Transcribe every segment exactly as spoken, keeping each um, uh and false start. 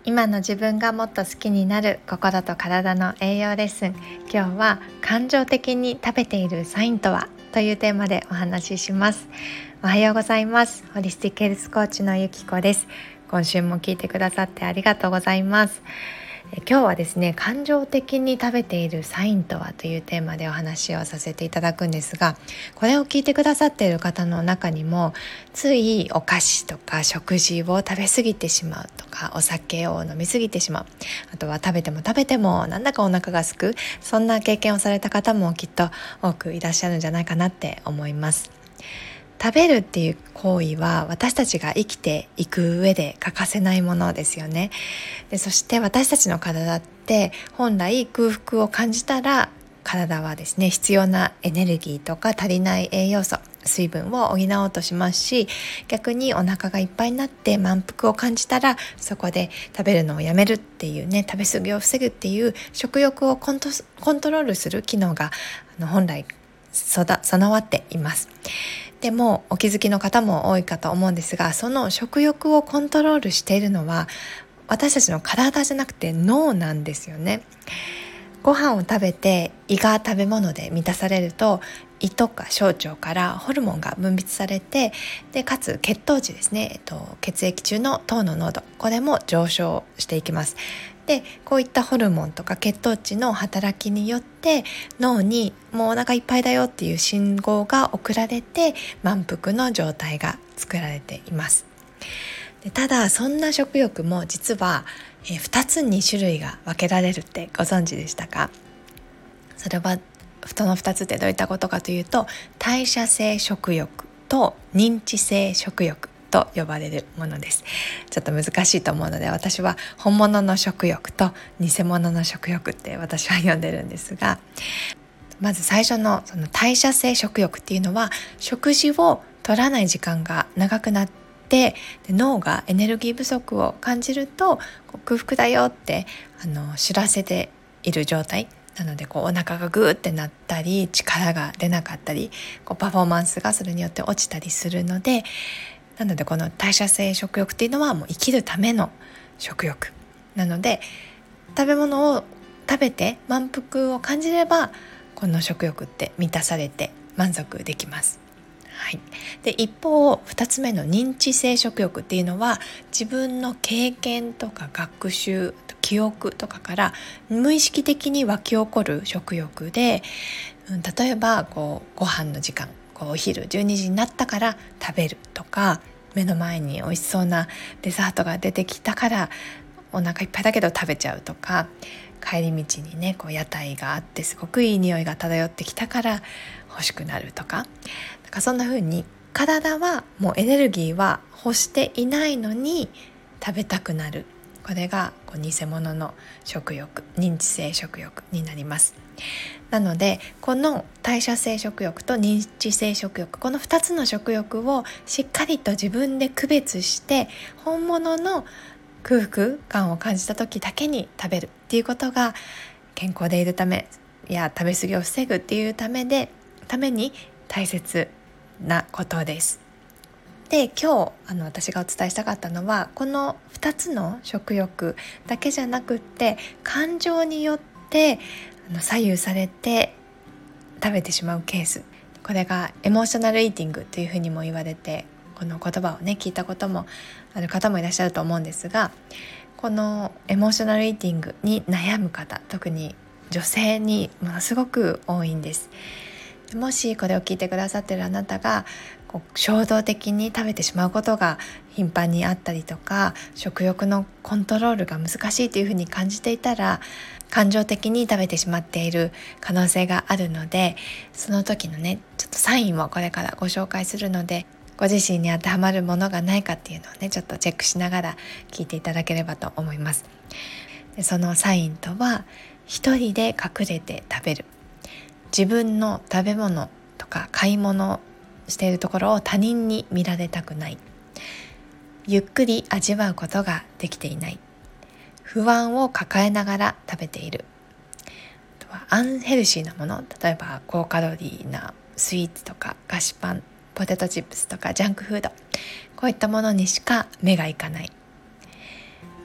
今の自分がもっと好きになる心と体の栄養レッスン。今日は感情的に食べているサインとはというテーマでお話しします。おはようございます。ホリスティックヘルスコーチのゆきこです。今週も聞いてくださってありがとうございます。え今日はですね、感情的に食べているサインとはというテーマでお話をさせていただくんですが、これを聞いてくださっている方の中にもついお菓子とか食事を食べ過ぎてしまうとか、お酒を飲み過ぎてしまう、あとは食べても食べてもなんだかお腹がすく、そんな経験をされた方もきっと多くいらっしゃるんじゃないかなって思います。食べるっていう行為は私たちが生きていく上で欠かせないものですよね。でそして私たちの体って本来空腹を感じたら体はですね、必要なエネルギーとか足りない栄養素、水分を補おうとしますし、逆にお腹がいっぱいになって満腹を感じたらそこで食べるのをやめるっていうね、食べ過ぎを防ぐっていう食欲をコント、コントロールする機能があの本来備わっています。でもお気づきの方も多いかと思うんですが、その食欲をコントロールしているのは私たちの体じゃなくて脳なんですよね。ご飯を食べて胃が食べ物で満たされると、胃とか小腸からホルモンが分泌されて、でかつ血糖値ですね、えっと、血液中の糖の濃度、これも上昇していきます。でこういったホルモンとか血糖値の働きによって脳にもうお腹いっぱいだよっていう信号が送られて、満腹の状態が作られています。でただそんな食欲も実はえふたつに種類が分けられるってご存知でしたか？それはそのふたつってどういったことかというと、代謝性食欲と認知性食欲と呼ばれるものです。ちょっと難しいと思うので、私は本物の食欲と偽物の食欲って私は呼んでるんですが、まず最初のその代謝性食欲っていうのは、食事を取らない時間が長くなってで脳がエネルギー不足を感じると空腹だよってあの知らせている状態なので、こうお腹がグーってなったり力が出なかったり、こうパフォーマンスがそれによって落ちたりするので、なのでこの代謝性食欲っていうのはもう生きるための食欲なので、食べ物を食べて満腹を感じればこの食欲って満たされて満足できます。はい、で一方ふたつめの認知性食欲っていうのは、自分の経験とか学習、記憶とかから無意識的に湧き起こる食欲で、うん、例えばこうご飯の時間、こうお昼じゅうにじになったから食べるとか、目の前に美味しそうなデザートが出てきたからお腹いっぱいだけど食べちゃうとか、帰り道にねこう屋台があってすごくいい匂いが漂ってきたから欲しくなるとか、なんかそんな風に体はもうエネルギーは欲していないのに食べたくなる。これがこう偽物の食欲、認知性食欲になります。なのでこの代謝性食欲と認知性食欲、このふたつの食欲をしっかりと自分で区別して、本物の空腹感を感じた時だけに食べるっていうことが健康でいるためや食べ過ぎを防ぐっていうためでために大切なことです。で今日あの私がお伝えしたかったのは、このふたつの食欲だけじゃなくって、感情によってあの左右されて食べてしまうケース、これがエモーショナルイーティングというふうにも言われて、この言葉をね聞いたこともある方もいらっしゃると思うんですが、このエモーショナルイーティングに悩む方、特に女性にものすごく多いんです。もしこれを聞いてくださっているあなたがこう衝動的に食べてしまうことが頻繁にあったりとか、食欲のコントロールが難しいというふうに感じていたら、感情的に食べてしまっている可能性があるので、その時のねちょっとサインをこれからご紹介するので、ご自身に当てはまるものがないかっていうのをねちょっとチェックしながら聞いていただければと思います。でそのサインとは、一人で隠れて食べる、自分の食べ物とか買い物しているところを他人に見られたくない、ゆっくり味わうことができていない、不安を抱えながら食べている、あとはアンヘルシーなもの、例えば高カロリーなスイーツとか菓子パン、ポテトチップスとかジャンクフード、こういったものにしか目がいかない、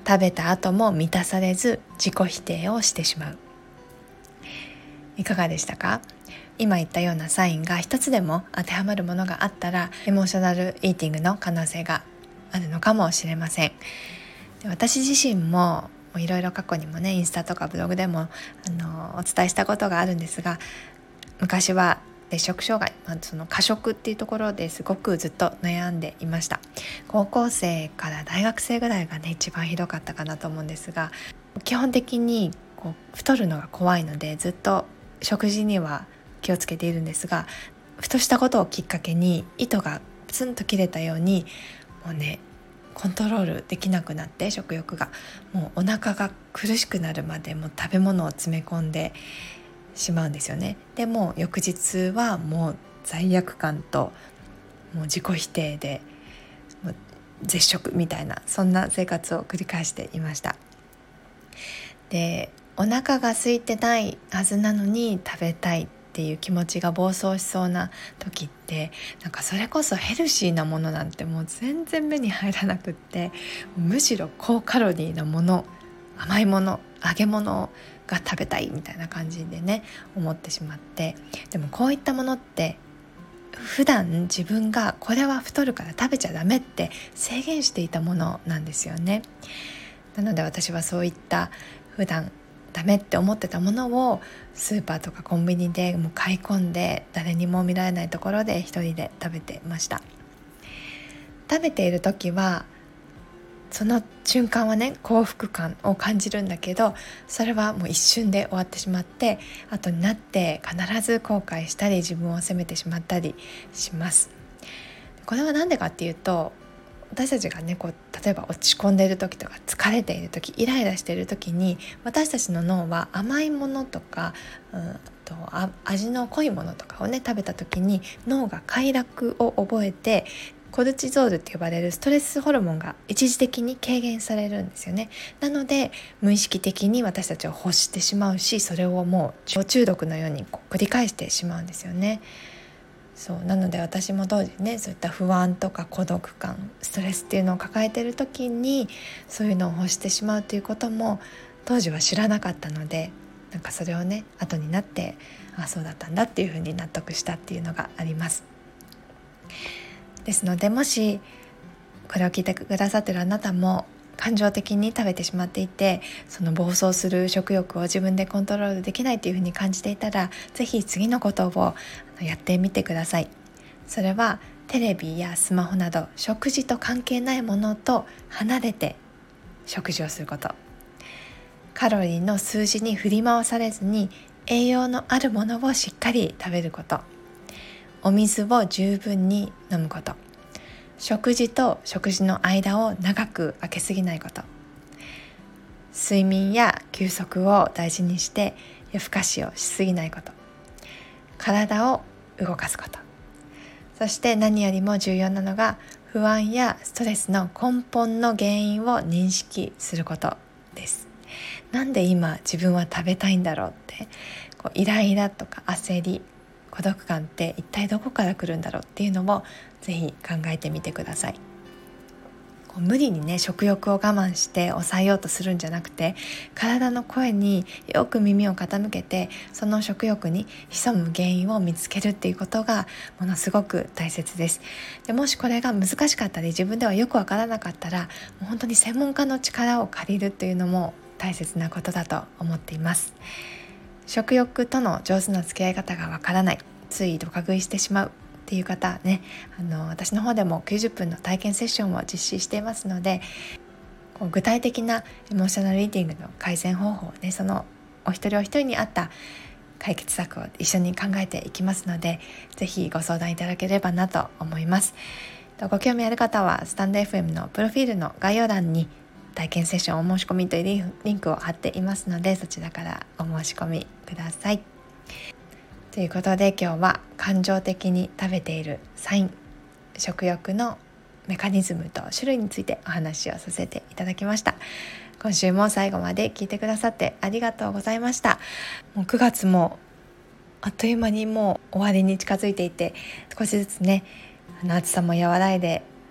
食べた後も満たされず自己否定をしてしまう。いかがでしたか？今言ったようなサインが一つでも当てはまるものがあったら、エモーショナルイーティングの可能性があるのかもしれません。で、私自身もいろいろ過去にもね、インスタとかブログでもあのお伝えしたことがあるんですが、昔は摂食障害、まあ、その過食っていうところですごくずっと悩んでいました。高校生から大学生ぐらいがね一番ひどかったかなと思うんですが、基本的にこう太るのが怖いのでずっと食事には気をつけているんですが、ふとしたことをきっかけに糸がプツンと切れたように、もうねコントロールできなくなって、食欲がもうお腹が苦しくなるまでもう食べ物を詰め込んでしまうんですよね。でも翌日はもう罪悪感ともう自己否定でもう絶食みたいな、そんな生活を繰り返していました。で、お腹が空いてないはずなのに食べたいっていう気持ちが暴走しそうな時って、なんかそれこそヘルシーなものなんてもう全然目に入らなくって、むしろ高カロリーなもの、甘いもの、揚げ物が食べたいみたいな感じでね思ってしまって、でもこういったものって普段自分がこれは太るから食べちゃダメって制限していたものなんですよね。なので私はそういった普段ダメって思ってたものをスーパーとかコンビニでもう買い込んで、誰にも見られないところで一人で食べてました。食べている時はその瞬間はね幸福感を感じるんだけど、それはもう一瞬で終わってしまって、後になって必ず後悔したり自分を責めてしまったりします。これはなんでかっていうと、私たちがねこう例えば落ち込んでいる時とか疲れている時、イライラしている時に、私たちの脳は甘いものとか、うんとあ味の濃いものとかをね食べた時に脳が快楽を覚えて、コルチゾールって呼ばれるストレスホルモンが一時的に軽減されるんですよね。なので無意識的に私たちは欲してしまうし、それをもう中毒のようにこう繰り返してしまうんですよね。そうなので私も当時ね、そういった不安とか孤独感、ストレスっていうのを抱えている時にそういうのを欲してしまうということも当時は知らなかったので、なんかそれをね後になって、あ、そうだったんだっていうふうに納得したっていうのがあります。ですので、もしこれを聞いてくださってるあなたも感情的に食べてしまっていて、その暴走する食欲を自分でコントロールできないというふうに感じていたら、ぜひ次のことをやってみてください。それはテレビやスマホなど食事と関係ないものと離れて食事をすること、カロリーの数字に振り回されずに栄養のあるものをしっかり食べること、お水を十分に飲むこと、食事と食事の間を長く空けすぎないこと、睡眠や休息を大事にして夜更かしをしすぎないこと、体を動かすこと、そして何よりも重要なのが不安やストレスの根本の原因を認識することです。なんで今自分は食べたいんだろうって、こうイライラとか焦り、孤独感って一体どこから来るんだろうっていうのもぜひ考えてみてください。こう無理にね食欲を我慢して抑えようとするんじゃなくて、体の声によく耳を傾けて、その食欲に潜む原因を見つけるっていうことがものすごく大切です。でもしこれが難しかったり自分ではよくわからなかったら、もう本当に専門家の力を借りるっていうのも大切なことだと思っています。食欲との上手な付き合い方がわからない、ついドカ食いしてしまうっていう方ね、あの私の方でもきゅうじゅっぷんの体験セッションを実施していますので、こう具体的なエモーショナルイーティングの改善方法をね、そのお一人お一人に合った解決策を一緒に考えていきますので、ぜひご相談いただければなと思います。ご興味ある方はスタンド エフエム のプロフィールの概要欄に体験セッションお申し込みというリンクを貼っていますので、そちらからお申し込みください。ということで今日は感情的に食べているサイン、食欲のメカニズムと種類についてお話をさせていただきました。今週も最後まで聞いてくださってありがとうございました。もうくがつもあっという間にもう終わりに近づいていて、少しずつねあの暑さも和らいで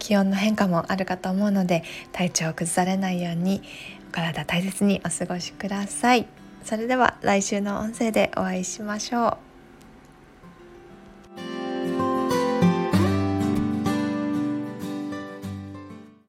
気温の変化もあるかと思うので、体調を崩されないようにお体大切にお過ごしください。それでは来週の音声でお会いしましょう。